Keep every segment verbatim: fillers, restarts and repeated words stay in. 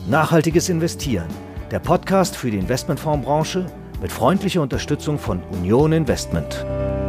Nachhaltiges Investieren, der Podcast für die Investmentfondsbranche mit freundlicher Unterstützung von Union Investment.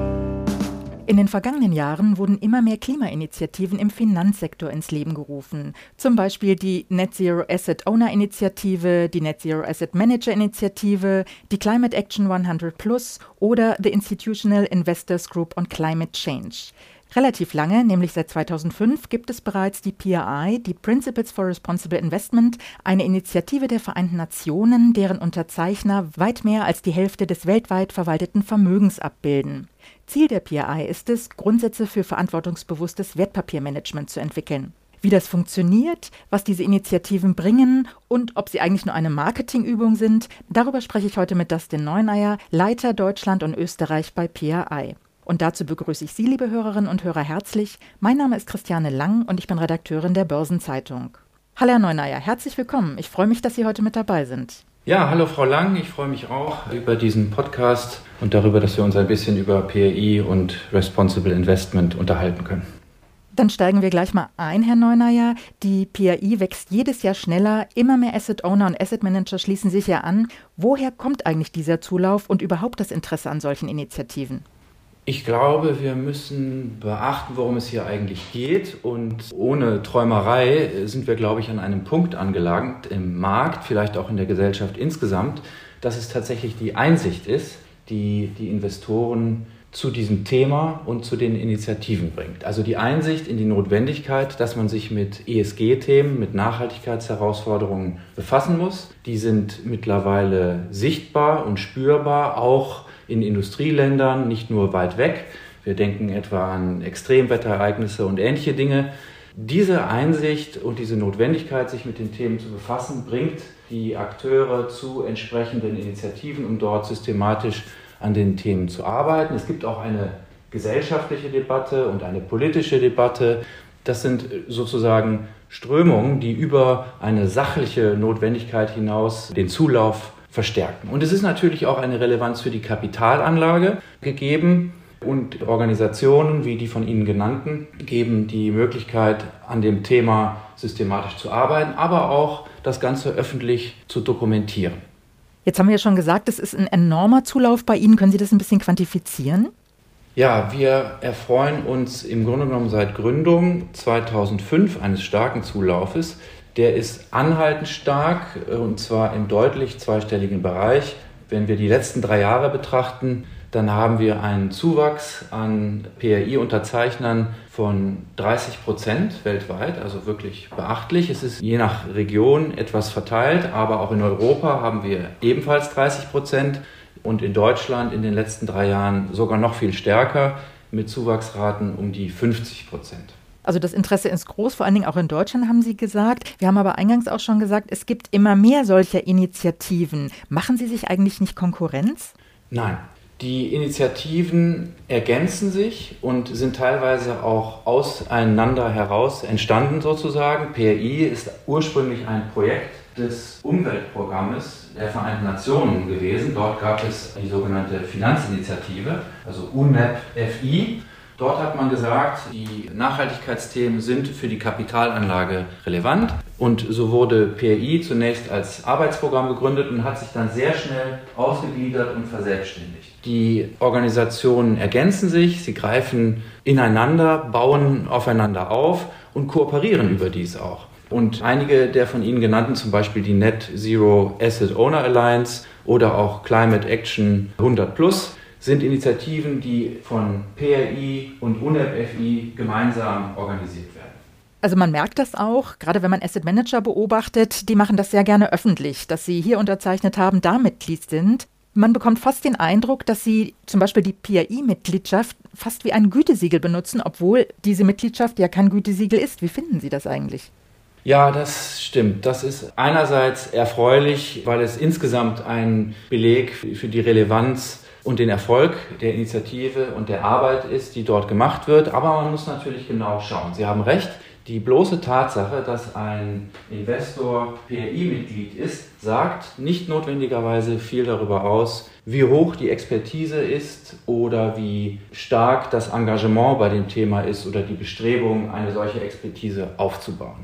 In den vergangenen Jahren wurden immer mehr Klimainitiativen im Finanzsektor ins Leben gerufen. Zum Beispiel die Net Zero Asset Owner Initiative, die Net Zero Asset Manager Initiative, die Climate Action hundert Plus oder the Institutional Investors Group on Climate Change. Relativ lange, nämlich seit zweitausendfünf, gibt es bereits die P R I, die Principles for Responsible Investment, eine Initiative der Vereinten Nationen, deren Unterzeichner weit mehr als die Hälfte des weltweit verwalteten Vermögens abbilden. Ziel der P R I ist es, Grundsätze für verantwortungsbewusstes Wertpapiermanagement zu entwickeln. Wie das funktioniert, was diese Initiativen bringen und ob sie eigentlich nur eine Marketingübung sind, darüber spreche ich heute mit Dustin Neunayer, Leiter Deutschland und Österreich bei P R I. Und dazu begrüße ich Sie, liebe Hörerinnen und Hörer, herzlich. Mein Name ist Christiane Lang und ich bin Redakteurin der Börsenzeitung. Hallo Herr Neunayer, herzlich willkommen. Ich freue mich, dass Sie heute mit dabei sind. Ja, hallo Frau Lang, ich freue mich auch über diesen Podcast und darüber, dass wir uns ein bisschen über P R I und Responsible Investment unterhalten können. Dann steigen wir gleich mal ein, Herr Neunayer. Die P R I wächst jedes Jahr schneller, immer mehr Asset Owner und Asset Manager schließen sich ja an. Woher kommt eigentlich dieser Zulauf und überhaupt das Interesse an solchen Initiativen? Ich glaube, wir müssen beachten, worum es hier eigentlich geht. Und ohne Träumerei sind wir, glaube ich, an einem Punkt angelangt im Markt, vielleicht auch in der Gesellschaft insgesamt, dass es tatsächlich die Einsicht ist, die die Investoren zu diesem Thema und zu den Initiativen bringt. Also die Einsicht in die Notwendigkeit, dass man sich mit E S G-Themen, mit Nachhaltigkeitsherausforderungen befassen muss. Die sind mittlerweile sichtbar und spürbar, auch in Industrieländern, nicht nur weit weg. Wir denken etwa an Extremwetterereignisse und ähnliche Dinge. Diese Einsicht und diese Notwendigkeit, sich mit den Themen zu befassen, bringt die Akteure zu entsprechenden Initiativen, um dort systematisch an den Themen zu arbeiten. Es gibt auch eine gesellschaftliche Debatte und eine politische Debatte. Das sind sozusagen Strömungen, die über eine sachliche Notwendigkeit hinaus den Zulauf verstärken. Und es ist natürlich auch eine Relevanz für die Kapitalanlage gegeben. Und Organisationen wie die von Ihnen genannten geben die Möglichkeit, an dem Thema systematisch zu arbeiten, aber auch das Ganze öffentlich zu dokumentieren. Jetzt haben wir ja schon gesagt, es ist ein enormer Zulauf bei Ihnen. Können Sie das ein bisschen quantifizieren? Ja, wir erfreuen uns im Grunde genommen seit Gründung zweitausendfünf eines starken Zulaufes. Der ist anhaltend stark, und zwar im deutlich zweistelligen Bereich. Wenn wir die letzten drei Jahre betrachten, dann haben wir einen Zuwachs an P R I-Unterzeichnern von dreißig Prozent weltweit, also wirklich beachtlich. Es ist je nach Region etwas verteilt, aber auch in Europa haben wir ebenfalls dreißig Prozent und in Deutschland in den letzten drei Jahren sogar noch viel stärker mit Zuwachsraten um die fünfzig Prozent. Also das Interesse ist groß, vor allen Dingen auch in Deutschland, haben Sie gesagt. Wir haben aber eingangs auch schon gesagt, es gibt immer mehr solcher Initiativen. Machen Sie sich eigentlich nicht Konkurrenz? Nein. Die Initiativen ergänzen sich und sind teilweise auch auseinander heraus entstanden sozusagen. P R I ist ursprünglich ein Projekt des Umweltprogrammes der Vereinten Nationen gewesen. Dort gab es die sogenannte Finanzinitiative, also U N E P F I. Dort hat man gesagt, die Nachhaltigkeitsthemen sind für die Kapitalanlage relevant und so wurde P R I zunächst als Arbeitsprogramm gegründet und hat sich dann sehr schnell ausgegliedert und verselbstständigt. Die Organisationen ergänzen sich, sie greifen ineinander, bauen aufeinander auf und kooperieren überdies auch. Und einige der von Ihnen genannten, zum Beispiel die Net Zero Asset Owner Alliance oder auch Climate Action hundert Plus, sind Initiativen, die von P R I und U N E P F I gemeinsam organisiert werden. Also man merkt das auch, gerade wenn man Asset Manager beobachtet, die machen das sehr gerne öffentlich, dass sie hier unterzeichnet haben, da Mitglied sind. Man bekommt fast den Eindruck, dass sie zum Beispiel die P R I-Mitgliedschaft fast wie ein Gütesiegel benutzen, obwohl diese Mitgliedschaft ja kein Gütesiegel ist. Wie finden Sie das eigentlich? Ja, das stimmt. Das ist einerseits erfreulich, weil es insgesamt ein Beleg für die Relevanz und den Erfolg der Initiative und der Arbeit ist, die dort gemacht wird. Aber man muss natürlich genau schauen. Sie haben recht, die bloße Tatsache, dass ein Investor P R I-Mitglied ist, sagt nicht notwendigerweise viel darüber aus, wie hoch die Expertise ist oder wie stark das Engagement bei dem Thema ist oder die Bestrebung, eine solche Expertise aufzubauen.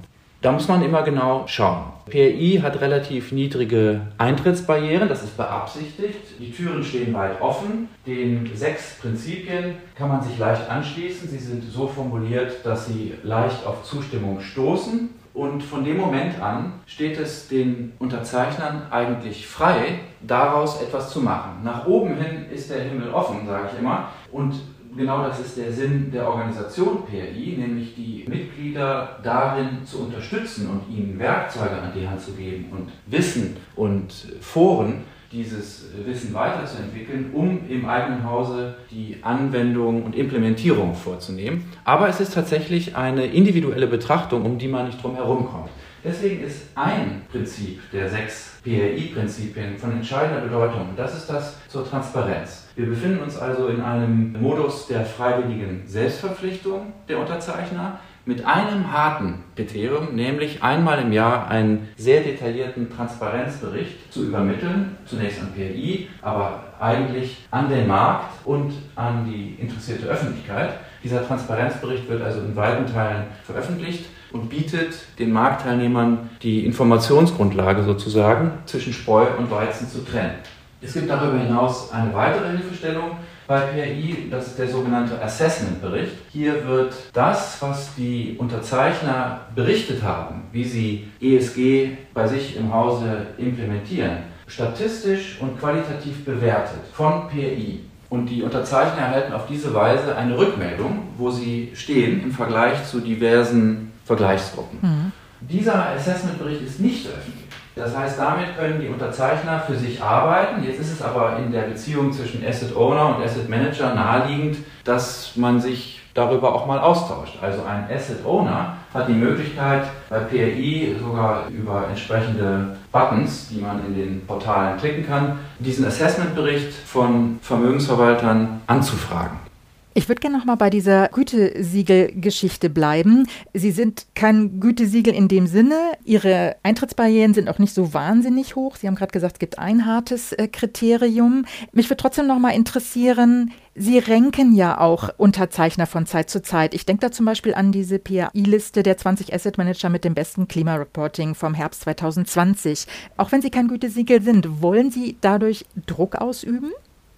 Da muss man immer genau schauen. P R I hat relativ niedrige Eintrittsbarrieren, das ist beabsichtigt. Die Türen stehen weit offen. Den sechs Prinzipien kann man sich leicht anschließen. Sie sind so formuliert, dass sie leicht auf Zustimmung stoßen. Und von dem Moment an steht es den Unterzeichnern eigentlich frei, daraus etwas zu machen. Nach oben hin ist der Himmel offen, sage ich immer. Und genau das ist der Sinn der Organisation P R I, nämlich die Mitglieder darin zu unterstützen und ihnen Werkzeuge an die Hand zu geben und Wissen und Foren, dieses Wissen weiterzuentwickeln, um im eigenen Hause die Anwendung und Implementierung vorzunehmen. Aber es ist tatsächlich eine individuelle Betrachtung, um die man nicht drum herum kommt. Deswegen ist ein Prinzip der sechs P R I-Prinzipien von entscheidender Bedeutung. Das ist das zur Transparenz. Wir befinden uns also in einem Modus der freiwilligen Selbstverpflichtung der Unterzeichner mit einem harten Kriterium, nämlich einmal im Jahr einen sehr detaillierten Transparenzbericht zu übermitteln, zunächst an P R I, aber eigentlich an den Markt und an die interessierte Öffentlichkeit. Dieser Transparenzbericht wird also in weiten Teilen veröffentlicht und bietet den Marktteilnehmern die Informationsgrundlage sozusagen zwischen Spreu und Weizen zu trennen. Es gibt darüber hinaus eine weitere Hilfestellung bei P R I, das ist der sogenannte Assessment-Bericht. Hier wird das, was die Unterzeichner berichtet haben, wie sie E S G bei sich im Hause implementieren, statistisch und qualitativ bewertet von P R I. Und die Unterzeichner erhalten auf diese Weise eine Rückmeldung, wo sie stehen im Vergleich zu diversen Vergleichsgruppen. Mhm. Dieser Assessment-Bericht ist nicht öffentlich. Das heißt, damit können die Unterzeichner für sich arbeiten. Jetzt ist es aber in der Beziehung zwischen Asset Owner und Asset Manager naheliegend, dass man sich darüber auch mal austauscht. Also ein Asset Owner hat die Möglichkeit, bei P R I sogar über entsprechende Buttons, die man in den Portalen klicken kann, diesen Assessment-Bericht von Vermögensverwaltern anzufragen. Ich würde gerne noch mal bei dieser Gütesiegel-Geschichte bleiben. Sie sind kein Gütesiegel in dem Sinne. Ihre Eintrittsbarrieren sind auch nicht so wahnsinnig hoch. Sie haben gerade gesagt, es gibt ein hartes äh, Kriterium. Mich würde trotzdem noch mal interessieren, Sie ranken ja auch Unterzeichner von Zeit zu Zeit. Ich denke da zum Beispiel an diese P R I-Liste der zwanzig Asset Manager mit dem besten Klimareporting vom Herbst zwanzig zwanzig. Auch wenn Sie kein Gütesiegel sind, wollen Sie dadurch Druck ausüben?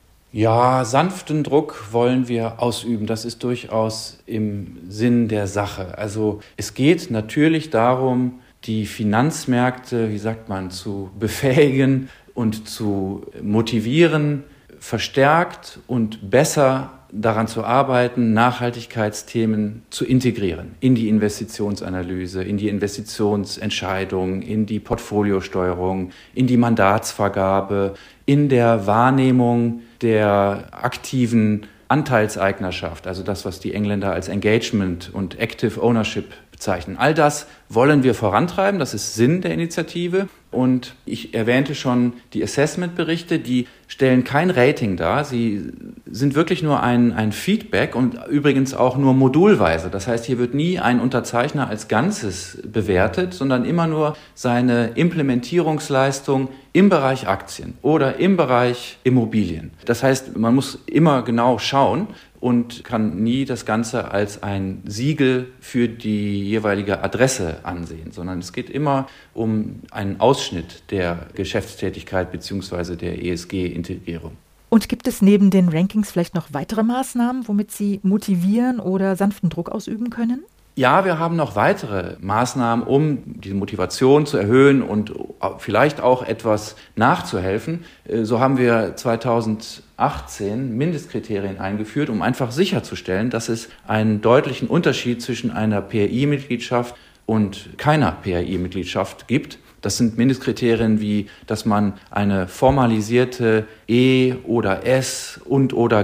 Ja, sanften Druck wollen wir ausüben. Das ist durchaus im Sinn der Sache. Also es geht natürlich darum, die Finanzmärkte, wie sagt man, zu befähigen und zu motivieren, verstärkt und besser daran zu arbeiten, Nachhaltigkeitsthemen zu integrieren in die Investitionsanalyse, in die Investitionsentscheidung, in die Portfoliosteuerung, in die Mandatsvergabe, in der Wahrnehmung der aktiven Anteilseignerschaft, also das, was die Engländer als Engagement und Active Ownership bezeichnen. All das wollen wir vorantreiben, das ist Sinn der Initiative. Und ich erwähnte schon die Assessment-Berichte, die stellen kein Rating dar, sie sind wirklich nur ein, ein Feedback und übrigens auch nur modulweise. Das heißt, hier wird nie ein Unterzeichner als Ganzes bewertet, sondern immer nur seine Implementierungsleistung im Bereich Aktien oder im Bereich Immobilien. Das heißt, man muss immer genau schauen und kann nie das Ganze als ein Siegel für die jeweilige Adresse ansehen, sondern es geht immer um einen Ausschnitt der Geschäftstätigkeit bzw. der E S G-Integrierung. Und gibt es neben den Rankings vielleicht noch weitere Maßnahmen, womit Sie motivieren oder sanften Druck ausüben können? Ja, wir haben noch weitere Maßnahmen, um die Motivation zu erhöhen und vielleicht auch etwas nachzuhelfen. So haben wir zweitausendachtzehn Mindestkriterien eingeführt, um einfach sicherzustellen, dass es einen deutlichen Unterschied zwischen einer P R I-Mitgliedschaft und keiner P R I-Mitgliedschaft gibt. Das sind Mindestkriterien wie, dass man eine formalisierte E- oder S- und oder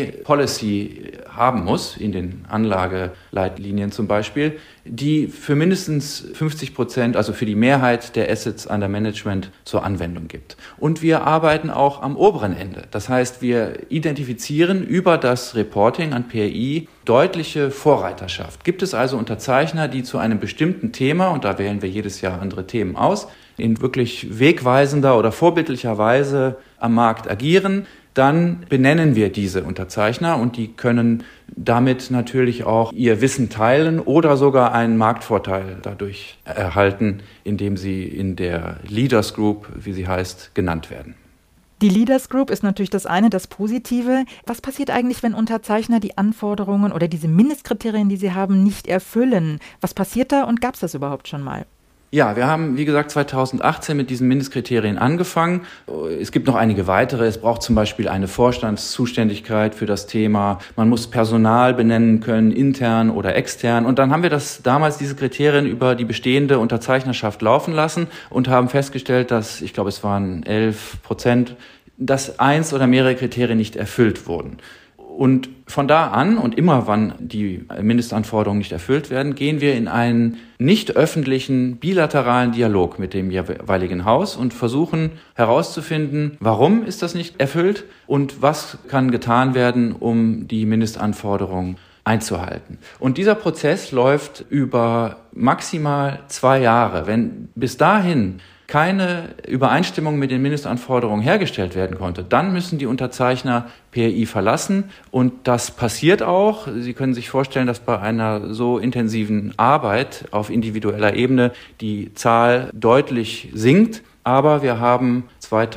G-Policy haben muss, in den Anlageleitlinien zum Beispiel, die für mindestens fünfzig Prozent, also für die Mehrheit der Assets under Management zur Anwendung gibt. Und wir arbeiten auch am oberen Ende. Das heißt, wir identifizieren über das Reporting an P R I deutliche Vorreiterschaft. Gibt es also Unterzeichner, die zu einem bestimmten Thema, und da wählen wir jedes Jahr andere Themen aus, in wirklich wegweisender oder vorbildlicher Weise am Markt agieren, dann benennen wir diese Unterzeichner und die können damit natürlich auch ihr Wissen teilen oder sogar einen Marktvorteil dadurch erhalten, indem sie in der Leaders Group, wie sie heißt, genannt werden. Die Leaders Group ist natürlich das eine, das Positive. Was passiert eigentlich, wenn Unterzeichner die Anforderungen oder diese Mindestkriterien, die sie haben, nicht erfüllen? Was passiert da und gab es das überhaupt schon mal? Ja, wir haben, wie gesagt, zweitausendachtzehn mit diesen Mindestkriterien angefangen. Es gibt noch einige weitere. Es braucht zum Beispiel eine Vorstandszuständigkeit für das Thema. Man muss Personal benennen können, intern oder extern. Und dann haben wir das damals diese Kriterien über die bestehende Unterzeichnerschaft laufen lassen und haben festgestellt, dass, ich glaube, es waren elf Prozent, dass eins oder mehrere Kriterien nicht erfüllt wurden. Und von da an und immer, wann die Mindestanforderungen nicht erfüllt werden, gehen wir in einen nicht öffentlichen bilateralen Dialog mit dem jeweiligen Haus und versuchen herauszufinden, warum ist das nicht erfüllt und was kann getan werden, um die Mindestanforderungen einzuhalten. Und dieser Prozess läuft über maximal zwei Jahre. Wenn bis dahin keine Übereinstimmung mit den Mindestanforderungen hergestellt werden konnte, dann müssen die Unterzeichner P R I verlassen und das passiert auch. Sie können sich vorstellen, dass bei einer so intensiven Arbeit auf individueller Ebene die Zahl deutlich sinkt, aber wir haben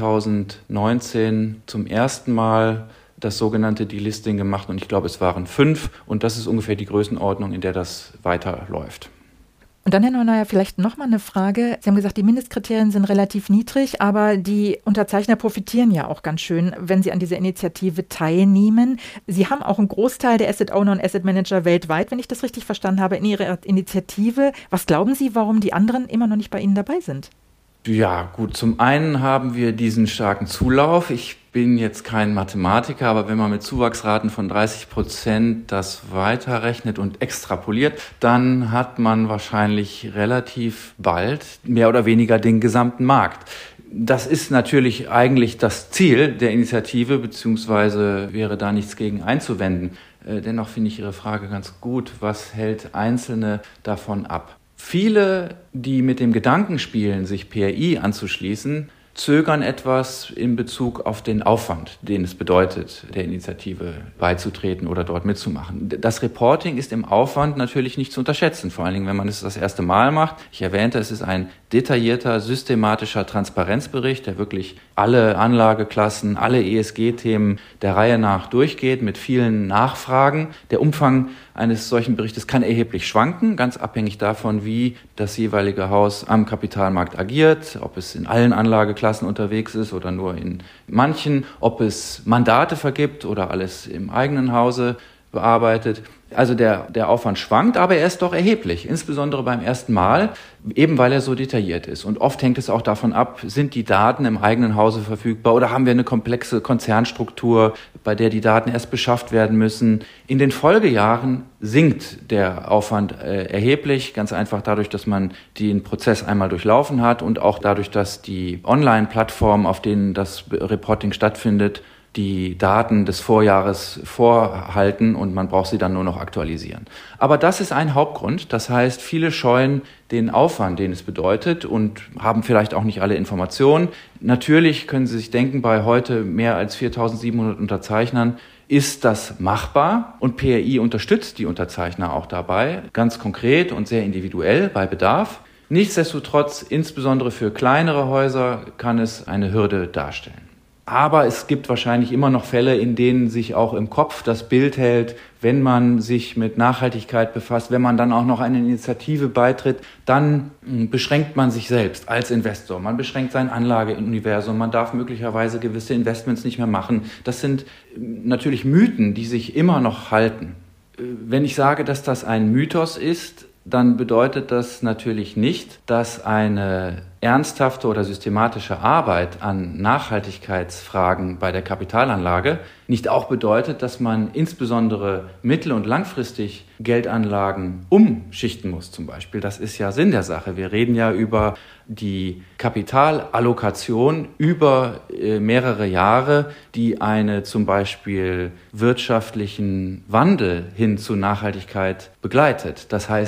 zweitausendneunzehn zum ersten Mal das sogenannte Delisting gemacht und ich glaube, es waren fünf und das ist ungefähr die Größenordnung, in der das weiterläuft. Und dann, Herr Neunauer, vielleicht nochmal eine Frage. Sie haben gesagt, die Mindestkriterien sind relativ niedrig, aber die Unterzeichner profitieren ja auch ganz schön, wenn sie an dieser Initiative teilnehmen. Sie haben auch einen Großteil der Asset Owner und Asset Manager weltweit, wenn ich das richtig verstanden habe, in Ihrer Initiative. Was glauben Sie, warum die anderen immer noch nicht bei Ihnen dabei sind? Ja, gut, zum einen haben wir diesen starken Zulauf. Ich bin jetzt kein Mathematiker, aber wenn man mit Zuwachsraten von dreißig Prozent das weiterrechnet und extrapoliert, dann hat man wahrscheinlich relativ bald mehr oder weniger den gesamten Markt. Das ist natürlich eigentlich das Ziel der Initiative, beziehungsweise wäre da nichts gegen einzuwenden. Dennoch finde ich Ihre Frage ganz gut. Was hält Einzelne davon ab? Viele, die mit dem Gedanken spielen, sich P R I anzuschließen, zögern etwas in Bezug auf den Aufwand, den es bedeutet, der Initiative beizutreten oder dort mitzumachen. Das Reporting ist im Aufwand natürlich nicht zu unterschätzen, vor allen Dingen, wenn man es das erste Mal macht. Ich erwähnte, es ist ein detaillierter, systematischer Transparenzbericht, der wirklich alle Anlageklassen, alle E S G-Themen der Reihe nach durchgeht mit vielen Nachfragen. Der Umfang eines solchen Berichtes kann erheblich schwanken, ganz abhängig davon, wie das jeweilige Haus am Kapitalmarkt agiert, ob es in allen Anlageklassen unterwegs ist oder nur in manchen, ob es Mandate vergibt oder alles im eigenen Hause bearbeitet. Also der, der Aufwand schwankt, aber er ist doch erheblich, insbesondere beim ersten Mal, eben weil er so detailliert ist. Und oft hängt es auch davon ab, sind die Daten im eigenen Hause verfügbar oder haben wir eine komplexe Konzernstruktur, bei der die Daten erst beschafft werden müssen. In den Folgejahren sinkt der Aufwand äh, erheblich, ganz einfach dadurch, dass man den Prozess einmal durchlaufen hat und auch dadurch, dass die Online-Plattformen, auf denen das Reporting stattfindet, die Daten des Vorjahres vorhalten und man braucht sie dann nur noch aktualisieren. Aber das ist ein Hauptgrund. Das heißt, viele scheuen den Aufwand, den es bedeutet und haben vielleicht auch nicht alle Informationen. Natürlich können Sie sich denken, bei heute mehr als viertausendsiebenhundert Unterzeichnern ist das machbar und P R I unterstützt die Unterzeichner auch dabei, ganz konkret und sehr individuell bei Bedarf. Nichtsdestotrotz, insbesondere für kleinere Häuser, kann es eine Hürde darstellen. Aber es gibt wahrscheinlich immer noch Fälle, in denen sich auch im Kopf das Bild hält, wenn man sich mit Nachhaltigkeit befasst, wenn man dann auch noch eine Initiative beitritt, dann beschränkt man sich selbst als Investor. Man beschränkt sein Anlageuniversum, man darf möglicherweise gewisse Investments nicht mehr machen. Das sind natürlich Mythen, die sich immer noch halten. Wenn ich sage, dass das ein Mythos ist, dann bedeutet das natürlich nicht, dass eine ernsthafte oder systematische Arbeit an Nachhaltigkeitsfragen bei der Kapitalanlage nicht auch bedeutet, dass man insbesondere mittel- und langfristig Geldanlagen umschichten muss zum Beispiel. Das ist ja Sinn der Sache. Wir reden ja über die Kapitalallokation über äh, mehrere Jahre, die eine zum Beispiel wirtschaftlichen Wandel hin zu Nachhaltigkeit begleitet. Das heißt,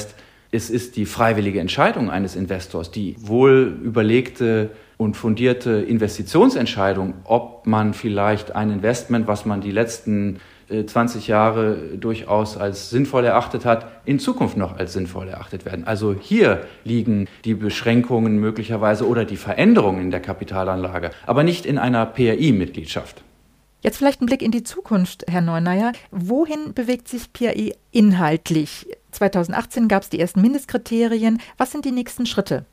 es ist die freiwillige Entscheidung eines Investors, die wohl überlegte und fundierte Investitionsentscheidung, ob man vielleicht ein Investment, was man die letzten zwanzig Jahre durchaus als sinnvoll erachtet hat, in Zukunft noch als sinnvoll erachtet werden. Also hier liegen die Beschränkungen möglicherweise oder die Veränderungen in der Kapitalanlage, aber nicht in einer P R I-Mitgliedschaft. Jetzt vielleicht ein Blick in die Zukunft, Herr Neunayer. Wohin bewegt sich P R I inhaltlich? zweitausendachtzehn gab es die ersten Mindestkriterien. Was sind die nächsten Schritte?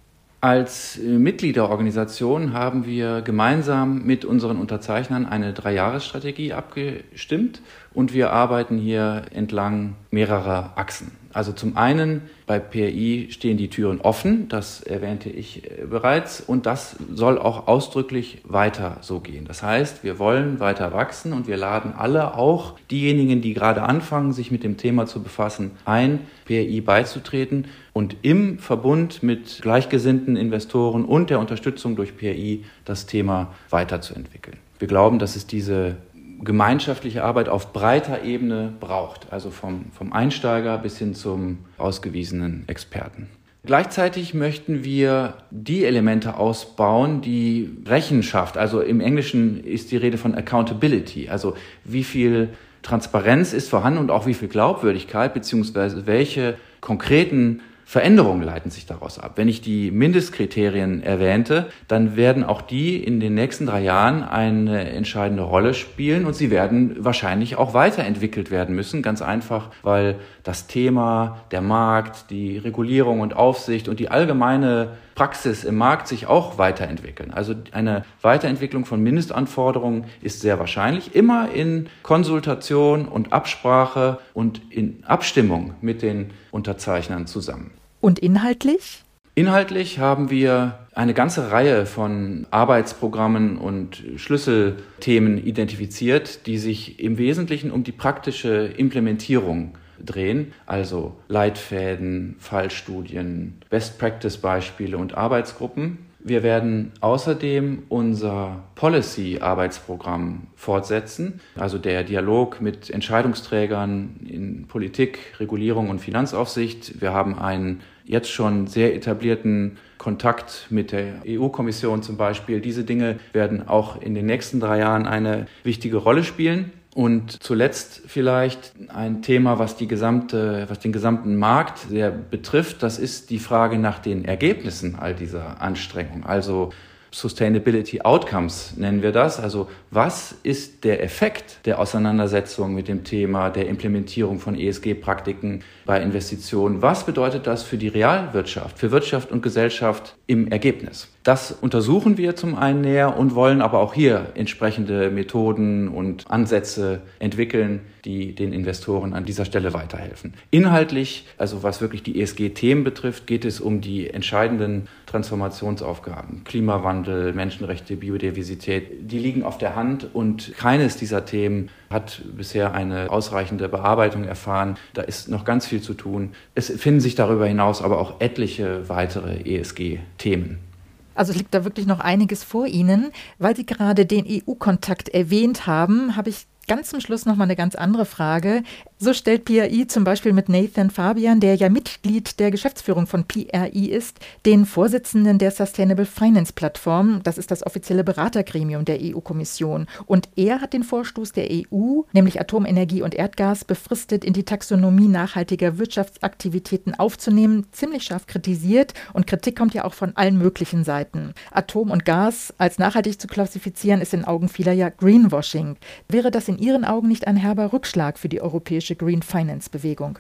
Als Mitglied der Organisation haben wir gemeinsam mit unseren Unterzeichnern eine Dreijahresstrategie abgestimmt und wir arbeiten hier entlang mehrerer Achsen. Also zum einen bei P R I stehen die Türen offen, das erwähnte ich bereits, und das soll auch ausdrücklich weiter so gehen. Das heißt, wir wollen weiter wachsen und wir laden alle, auch diejenigen, die gerade anfangen, sich mit dem Thema zu befassen, ein, P R I beizutreten und im Verbund mit gleichgesinnten Investoren und der Unterstützung durch P R I das Thema weiterzuentwickeln. Wir glauben, dass es diese gemeinschaftliche Arbeit auf breiter Ebene braucht, also vom, vom Einsteiger bis hin zum ausgewiesenen Experten. Gleichzeitig möchten wir die Elemente ausbauen, die Rechenschaft, also im Englischen ist die Rede von Accountability, also wie viel Transparenz ist vorhanden und auch wie viel Glaubwürdigkeit beziehungsweise welche konkreten Veränderungen leiten sich daraus ab. Wenn ich die Mindestkriterien erwähnte, dann werden auch die in den nächsten drei Jahren eine entscheidende Rolle spielen und sie werden wahrscheinlich auch weiterentwickelt werden müssen. Ganz einfach, weil das Thema, der Markt, die Regulierung und Aufsicht und die allgemeine Praxis im Markt sich auch weiterentwickeln. Also eine Weiterentwicklung von Mindestanforderungen ist sehr wahrscheinlich, immer in Konsultation und Absprache und in Abstimmung mit den Unterzeichnern zusammen. Und inhaltlich? Inhaltlich haben wir eine ganze Reihe von Arbeitsprogrammen und Schlüsselthemen identifiziert, die sich im Wesentlichen um die praktische Implementierung drehen, also Leitfäden, Fallstudien, Best-Practice-Beispiele und Arbeitsgruppen. Wir werden außerdem unser Policy-Arbeitsprogramm fortsetzen, also der Dialog mit Entscheidungsträgern in Politik, Regulierung und Finanzaufsicht. Wir haben einen jetzt schon sehr etablierten Kontakt mit der E U-Kommission zum Beispiel. Diese Dinge werden auch in den nächsten drei Jahren eine wichtige Rolle spielen. Und zuletzt vielleicht ein Thema, was die gesamte, was den gesamten Markt sehr betrifft, das ist die Frage nach den Ergebnissen all dieser Anstrengungen. Also Sustainability Outcomes nennen wir das. Also was ist der Effekt der Auseinandersetzung mit dem Thema der Implementierung von E S G-Praktiken bei Investitionen? Was bedeutet das für die Realwirtschaft, für Wirtschaft und Gesellschaft im Ergebnis? Das untersuchen wir zum einen näher und wollen aber auch hier entsprechende Methoden und Ansätze entwickeln, die den Investoren an dieser Stelle weiterhelfen. Inhaltlich, also was wirklich die E S G-Themen betrifft, geht es um die entscheidenden Transformationsaufgaben. Klimawandel, Menschenrechte, Biodiversität, die liegen auf der Hand und keines dieser Themen hat bisher eine ausreichende Bearbeitung erfahren. Da ist noch ganz viel zu tun. Es finden sich darüber hinaus aber auch etliche weitere E S G-Themen. Also es liegt da wirklich noch einiges vor Ihnen. Weil Sie gerade den E U-Kontakt erwähnt haben, habe ich ganz zum Schluss noch mal eine ganz andere Frage. So stellt P R I zum Beispiel mit Nathan Fabian, der ja Mitglied der Geschäftsführung von P R I ist, den Vorsitzenden der Sustainable Finance Plattform. Das ist das offizielle Beratergremium der E U-Kommission. Und er hat den Vorstoß der E U, nämlich Atomenergie und Erdgas, befristet in die Taxonomie nachhaltiger Wirtschaftsaktivitäten aufzunehmen, ziemlich scharf kritisiert. Und Kritik kommt ja auch von allen möglichen Seiten. Atom und Gas als nachhaltig zu klassifizieren, ist in Augen vieler ja Greenwashing. Wäre das in Ihren Augen nicht ein herber Rückschlag für die europäische Green Finance Bewegung?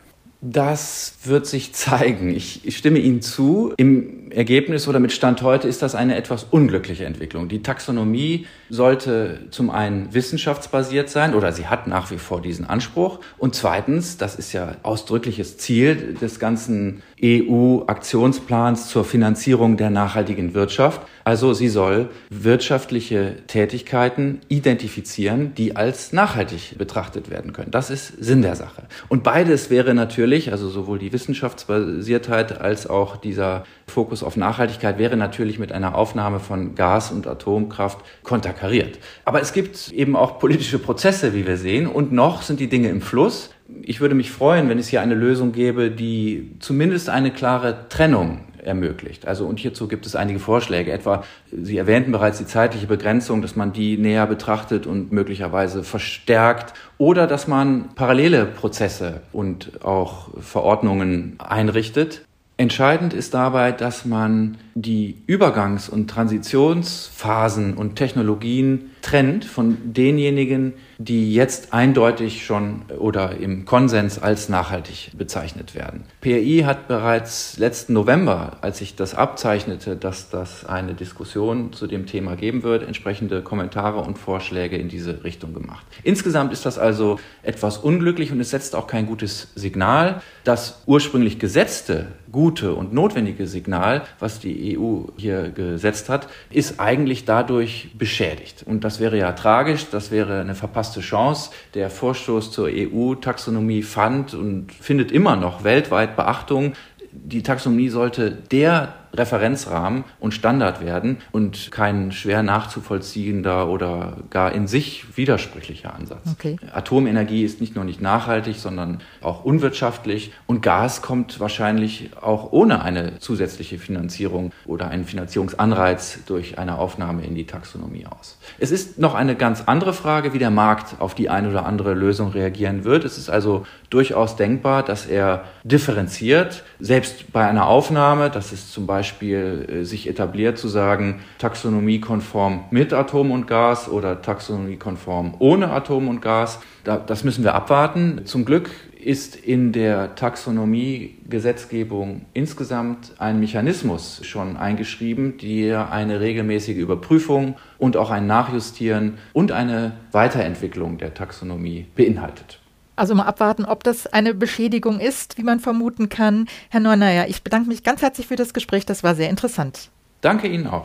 Das wird sich zeigen. Ich, ich stimme Ihnen zu. Im Ergebnis oder mit Stand heute ist das eine etwas unglückliche Entwicklung. Die Taxonomie sollte zum einen wissenschaftsbasiert sein oder sie hat nach wie vor diesen Anspruch. Und zweitens, das ist ja ausdrückliches Ziel des ganzen E U-Aktionsplans zur Finanzierung der nachhaltigen Wirtschaft, Also sie soll wirtschaftliche Tätigkeiten identifizieren, die als nachhaltig betrachtet werden können. Das ist Sinn der Sache. Und beides wäre natürlich, also sowohl die Wissenschaftsbasiertheit als auch dieser Fokus auf Nachhaltigkeit wäre natürlich mit einer Aufnahme von Gas und Atomkraft konterkariert. Aber es gibt eben auch politische Prozesse, wie wir sehen, und noch sind die Dinge im Fluss. Ich würde mich freuen, wenn es hier eine Lösung gäbe, die zumindest eine klare Trennung ermöglicht. Also und hierzu gibt es einige Vorschläge. Etwa, Sie erwähnten bereits die zeitliche Begrenzung, dass man die näher betrachtet und möglicherweise verstärkt oder dass man parallele Prozesse und auch Verordnungen einrichtet. Entscheidend ist dabei, dass man die Übergangs- und Transitionsphasen und Technologien trennt von denjenigen, die jetzt eindeutig schon oder im Konsens als nachhaltig bezeichnet werden. P R I hat bereits letzten November, als sich das abzeichnete, dass das eine Diskussion zu dem Thema geben wird, entsprechende Kommentare und Vorschläge in diese Richtung gemacht. Insgesamt ist das also etwas unglücklich und es setzt auch kein gutes Signal. Das ursprünglich gesetzte, gute und notwendige Signal, was die E U hier gesetzt hat, ist eigentlich dadurch beschädigt. Und das wäre ja tragisch, das wäre eine verpasste Chance. Der Vorstoß zur E U-Taxonomie fand und findet immer noch weltweit Beachtung. Die Taxonomie sollte der Referenzrahmen und Standard werden und kein schwer nachzuvollziehender oder gar in sich widersprüchlicher Ansatz. Okay. Atomenergie ist nicht nur nicht nachhaltig, sondern auch unwirtschaftlich und Gas kommt wahrscheinlich auch ohne eine zusätzliche Finanzierung oder einen Finanzierungsanreiz durch eine Aufnahme in die Taxonomie aus. Es ist noch eine ganz andere Frage, wie der Markt auf die eine oder andere Lösung reagieren wird. Es ist also durchaus denkbar, dass er differenziert, selbst bei einer Aufnahme, das ist zum Beispiel Beispiel sich etabliert zu sagen, taxonomiekonform mit Atom und Gas oder taxonomiekonform ohne Atom und Gas. Das müssen wir abwarten. Zum Glück ist in der Taxonomie-Gesetzgebung insgesamt ein Mechanismus schon eingeschrieben, der eine regelmäßige Überprüfung und auch ein Nachjustieren und eine Weiterentwicklung der Taxonomie beinhaltet. Also mal abwarten, ob das eine Beschädigung ist, wie man vermuten kann. Herr Neunayer, ich bedanke mich ganz herzlich für das Gespräch. Das war sehr interessant. Danke Ihnen auch.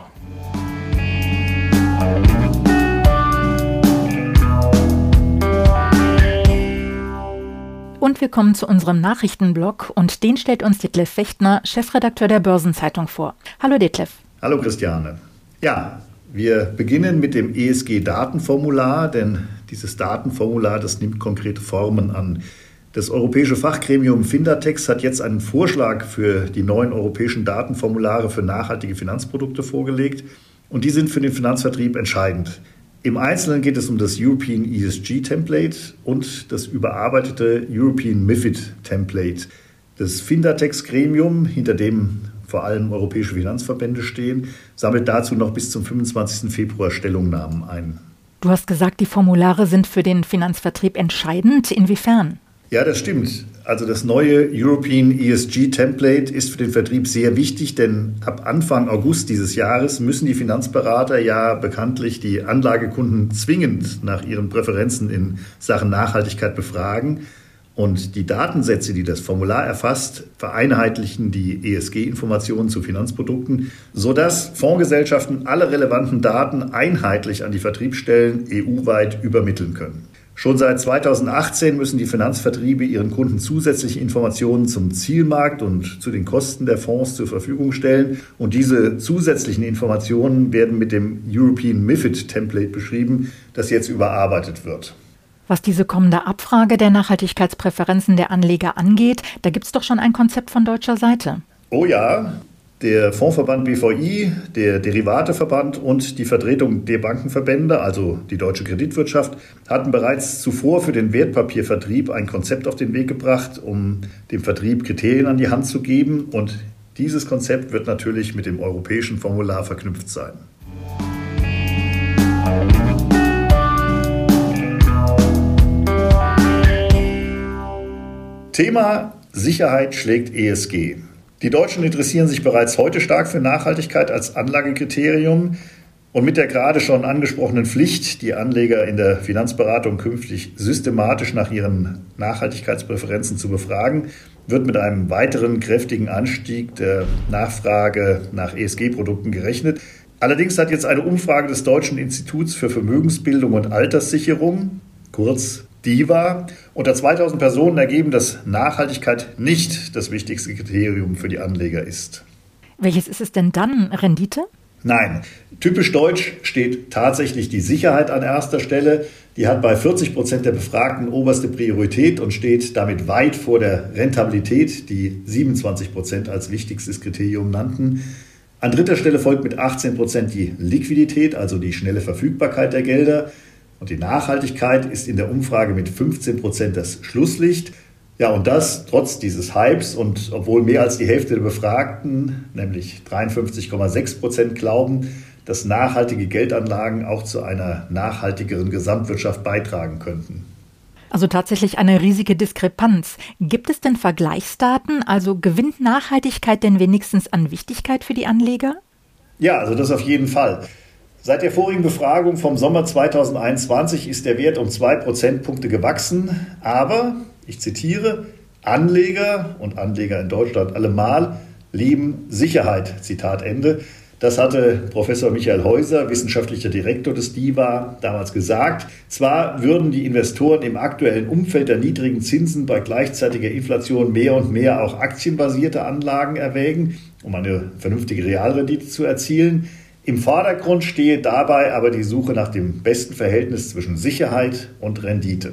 Und wir kommen zu unserem Nachrichtenblog und den stellt uns Detlef Fechtner, Chefredakteur der Börsenzeitung, vor. Hallo Detlef. Hallo Christiane. Ja, wir beginnen mit dem E S G-Datenformular, denn dieses Datenformular, das nimmt konkrete Formen an. Das europäische Fachgremium Findatex hat jetzt einen Vorschlag für die neuen europäischen Datenformulare für nachhaltige Finanzprodukte vorgelegt und die sind für den Finanzvertrieb entscheidend. Im Einzelnen geht es um das European E S G-Template und das überarbeitete European MiFID-Template. Das Findatex-Gremium, hinter dem vor allem europäische Finanzverbände stehen, sammelt dazu noch bis zum fünfundzwanzigsten Februar Stellungnahmen ein. Du hast gesagt, die Formulare sind für den Finanzvertrieb entscheidend. Inwiefern? Ja, das stimmt. Also das neue European E S G-Template ist für den Vertrieb sehr wichtig, denn ab Anfang August dieses Jahres müssen die Finanzberater ja bekanntlich die Anlagekunden zwingend nach ihren Präferenzen in Sachen Nachhaltigkeit befragen. Und die Datensätze, die das Formular erfasst, vereinheitlichen die E S G-Informationen zu Finanzprodukten, sodass Fondsgesellschaften alle relevanten Daten einheitlich an die Vertriebsstellen E U-weit übermitteln können. Schon seit zweitausendachtzehn müssen die Finanzvertriebe ihren Kunden zusätzliche Informationen zum Zielmarkt und zu den Kosten der Fonds zur Verfügung stellen. Und diese zusätzlichen Informationen werden mit dem European MiFID-Template beschrieben, das jetzt überarbeitet wird. Was diese kommende Abfrage der Nachhaltigkeitspräferenzen der Anleger angeht, da gibt es doch schon ein Konzept von deutscher Seite. Oh ja, der Fondsverband B V I, der Derivateverband und die Vertretung der Bankenverbände, also die deutsche Kreditwirtschaft, hatten bereits zuvor für den Wertpapiervertrieb ein Konzept auf den Weg gebracht, um dem Vertrieb Kriterien an die Hand zu geben. Und dieses Konzept wird natürlich mit dem europäischen Formular verknüpft sein. Thema Sicherheit schlägt E S G. Die Deutschen interessieren sich bereits heute stark für Nachhaltigkeit als Anlagekriterium. Und mit der gerade schon angesprochenen Pflicht, die Anleger in der Finanzberatung künftig systematisch nach ihren Nachhaltigkeitspräferenzen zu befragen, wird mit einem weiteren kräftigen Anstieg der Nachfrage nach E S G-Produkten gerechnet. Allerdings hat jetzt eine Umfrage des Deutschen Instituts für Vermögensbildung und Alterssicherung, kurz D I V A, unter zweitausend Personen ergeben, dass Nachhaltigkeit nicht das wichtigste Kriterium für die Anleger ist. Welches ist es denn dann? Rendite? Nein, typisch deutsch steht tatsächlich die Sicherheit an erster Stelle. Die hat bei vierzig Prozent der Befragten oberste Priorität und steht damit weit vor der Rentabilität, die siebenundzwanzig Prozent als wichtigstes Kriterium nannten. An dritter Stelle folgt mit achtzehn Prozent die Liquidität, also die schnelle Verfügbarkeit der Gelder. Und die Nachhaltigkeit ist in der Umfrage mit fünfzehn Prozent das Schlusslicht. Ja, und das trotz dieses Hypes und obwohl mehr als die Hälfte der Befragten, nämlich dreiundfünfzig Komma sechs Prozent, glauben, dass nachhaltige Geldanlagen auch zu einer nachhaltigeren Gesamtwirtschaft beitragen könnten. Also tatsächlich eine riesige Diskrepanz. Gibt es denn Vergleichsdaten? Also gewinnt Nachhaltigkeit denn wenigstens an Wichtigkeit für die Anleger? Ja, also das auf jeden Fall. Seit der vorigen Befragung vom Sommer zweitausendeinundzwanzig ist der Wert um zwei Prozentpunkte gewachsen. Aber, ich zitiere, Anleger und Anleger in Deutschland allemal lieben Sicherheit, Zitat Ende. Das hatte Professor Michael Heuser, wissenschaftlicher Direktor des D I V A, damals gesagt. Zwar würden die Investoren im aktuellen Umfeld der niedrigen Zinsen bei gleichzeitiger Inflation mehr und mehr auch aktienbasierte Anlagen erwägen, um eine vernünftige Realrendite zu erzielen. Im Vordergrund stehe dabei aber die Suche nach dem besten Verhältnis zwischen Sicherheit und Rendite.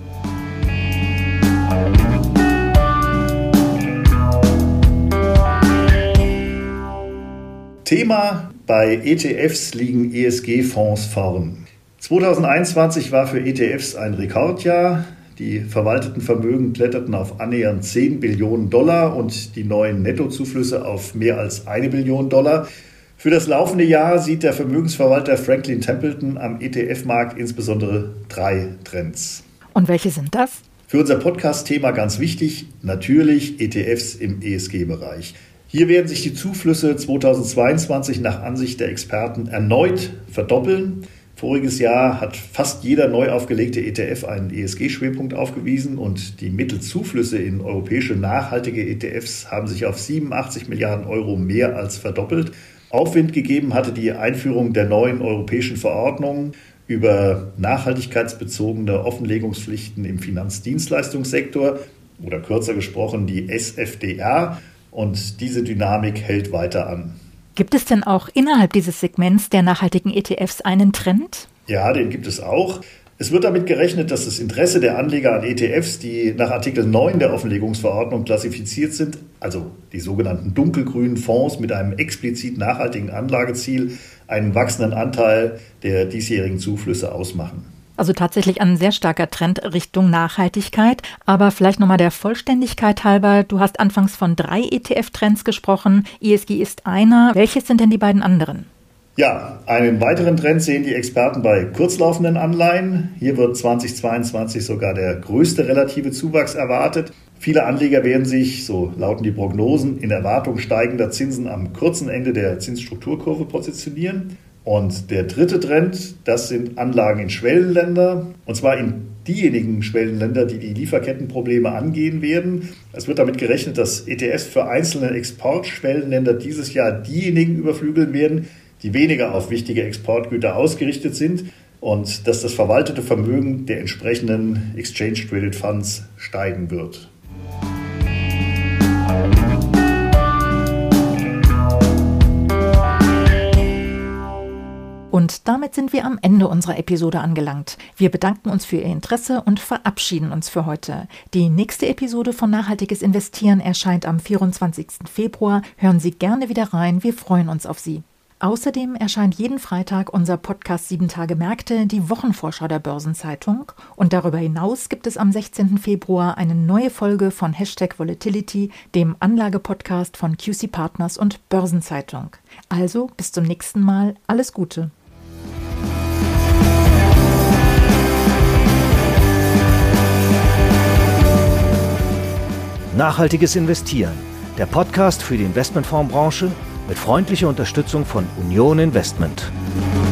Thema: Bei E T Fs liegen E S G-Fonds vorn. zweitausendeinundzwanzig war für E T Fs ein Rekordjahr. Die verwalteten Vermögen kletterten auf annähernd zehn Billionen Dollar und die neuen Nettozuflüsse auf mehr als eine Billion Dollar. Für das laufende Jahr sieht der Vermögensverwalter Franklin Templeton am E T F-Markt insbesondere drei Trends. Und welche sind das? Für unser Podcast-Thema ganz wichtig, natürlich E T Fs im E S G-Bereich. Hier werden sich die Zuflüsse zweitausendzweiundzwanzig nach Ansicht der Experten erneut verdoppeln. Voriges Jahr hat fast jeder neu aufgelegte E T F einen E S G-Schwerpunkt aufgewiesen und die Mittelzuflüsse in europäische nachhaltige E T Fs haben sich auf siebenundachtzig Milliarden Euro mehr als verdoppelt. Aufwind gegeben hatte die Einführung der neuen europäischen Verordnung über nachhaltigkeitsbezogene Offenlegungspflichten im Finanzdienstleistungssektor oder kürzer gesprochen die S F D R. Und diese Dynamik hält weiter an. Gibt es denn auch innerhalb dieses Segments der nachhaltigen E T Fs einen Trend? Ja, den gibt es auch. Es wird damit gerechnet, dass das Interesse der Anleger an E T Fs, die nach Artikel neun der Offenlegungsverordnung klassifiziert sind, also die sogenannten dunkelgrünen Fonds mit einem explizit nachhaltigen Anlageziel, einen wachsenden Anteil der diesjährigen Zuflüsse ausmachen. Also tatsächlich ein sehr starker Trend Richtung Nachhaltigkeit. Aber vielleicht nochmal der Vollständigkeit halber. Du hast anfangs von drei E T F-Trends gesprochen. E S G ist einer. Welches sind denn die beiden anderen? Ja, einen weiteren Trend sehen die Experten bei kurzlaufenden Anleihen. Hier wird zweitausendzweiundzwanzig sogar der größte relative Zuwachs erwartet. Viele Anleger werden sich, so lauten die Prognosen, in Erwartung steigender Zinsen am kurzen Ende der Zinsstrukturkurve positionieren. Und der dritte Trend, das sind Anlagen in Schwellenländer, und zwar in diejenigen Schwellenländer, die die Lieferkettenprobleme angehen werden. Es wird damit gerechnet, dass E T Fs für einzelne Exportschwellenländer dieses Jahr diejenigen überflügeln werden, die weniger auf wichtige Exportgüter ausgerichtet sind und dass das verwaltete Vermögen der entsprechenden Exchange-Traded Funds steigen wird. Und damit sind wir am Ende unserer Episode angelangt. Wir bedanken uns für Ihr Interesse und verabschieden uns für heute. Die nächste Episode von Nachhaltiges Investieren erscheint am vierundzwanzigsten Februar. Hören Sie gerne wieder rein, wir freuen uns auf Sie. Außerdem erscheint jeden Freitag unser Podcast sieben Tage Märkte, die Wochenvorschau der Börsenzeitung. Und darüber hinaus gibt es am sechzehnten Februar eine neue Folge von Hashtag Volatility, dem Anlagepodcast von Q C Partners und Börsenzeitung. Also bis zum nächsten Mal, alles Gute. Nachhaltiges Investieren, der Podcast für die Investmentfondsbranche mit freundlicher Unterstützung von Union Investment.